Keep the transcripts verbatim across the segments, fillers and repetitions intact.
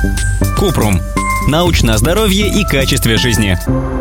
Купрум. Научное здоровье и качестве жизни.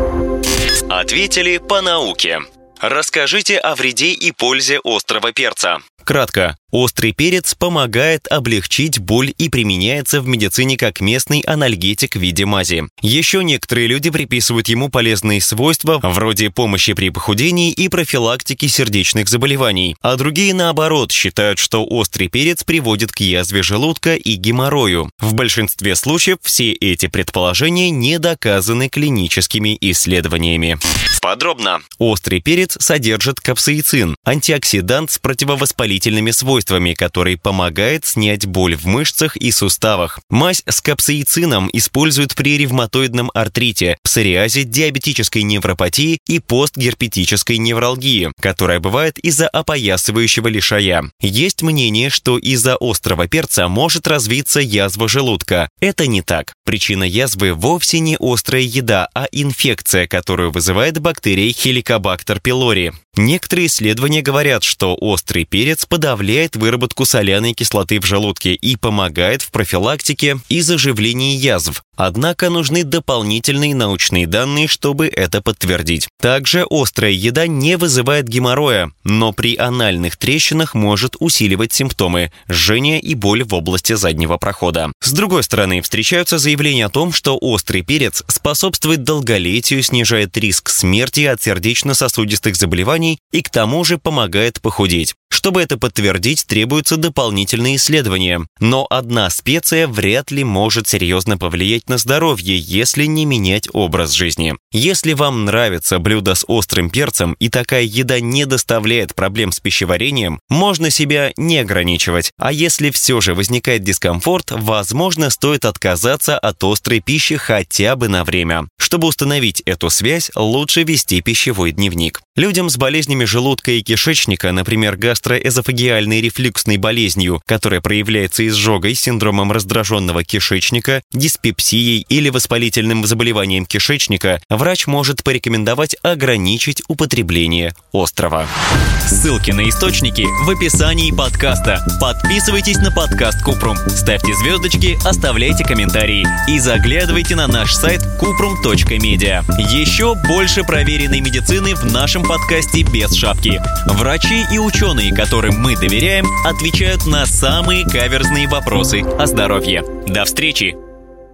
Ответили по науке. Расскажите о вреде и пользе острого перца. Кратко. Острый перец помогает облегчить боль и применяется в медицине как местный анальгетик в виде мази. Еще некоторые люди приписывают ему полезные свойства вроде помощи при похудении и профилактики сердечных заболеваний, а другие, наоборот, считают, что острый перец приводит к язве желудка и геморрою. В большинстве случаев все эти предположения не доказаны клиническими исследованиями. Подробно. Острый перец содержит капсаицин, антиоксидант с противовоспалительными свойствами, который помогает снять боль в мышцах и суставах. Мазь с капсаицином используют при ревматоидном артрите, псориазе, диабетической невропатии и постгерпетической невралгии, которая бывает из-за опоясывающего лишая. Есть мнение, что из-за острого перца может развиться язва желудка. Это не так. Причина язвы вовсе не острая еда, а инфекция, которую вызывает бактерия Helicobacter pylori. Некоторые исследования говорят, что острый перец подавляет выработку соляной кислоты в желудке и помогает в профилактике и заживлении язв. Однако нужны дополнительные научные данные, чтобы это подтвердить. Также острая еда не вызывает геморроя, но при анальных трещинах может усиливать симптомы – жжение и боль в области заднего прохода. С другой стороны, встречаются заявления о том, что острый перец способствует долголетию, снижает риск смерти от сердечно-сосудистых заболеваний и к тому же помогает похудеть. Чтобы это подтвердить, требуются дополнительные исследования. Но одна специя вряд ли может серьезно повлиять на здоровье, если не менять образ жизни. Если вам нравится блюдо с острым перцем и такая еда не доставляет проблем с пищеварением, можно себя не ограничивать. А если все же возникает дискомфорт, возможно, стоит отказаться от острой пищи хотя бы на время. Чтобы установить эту связь, лучше вести пищевой дневник. Людям с болезнями желудка и кишечника, например, гастроэзофагиальной рефлюксной болезнью, которая проявляется изжогой, синдромом раздраженного кишечника, диспепсией или воспалительным заболеванием кишечника, врач может порекомендовать ограничить употребление острого. Ссылки на источники в описании подкаста. Подписывайтесь на подкаст Купрум, ставьте звездочки, оставляйте комментарии и заглядывайте на наш сайт купрум точка медиа. Еще больше проверенной медицины в нашем подкасте без шапки. Врачи и ученые, которым мы доверяем, отвечают на самые каверзные вопросы о здоровье. До встречи!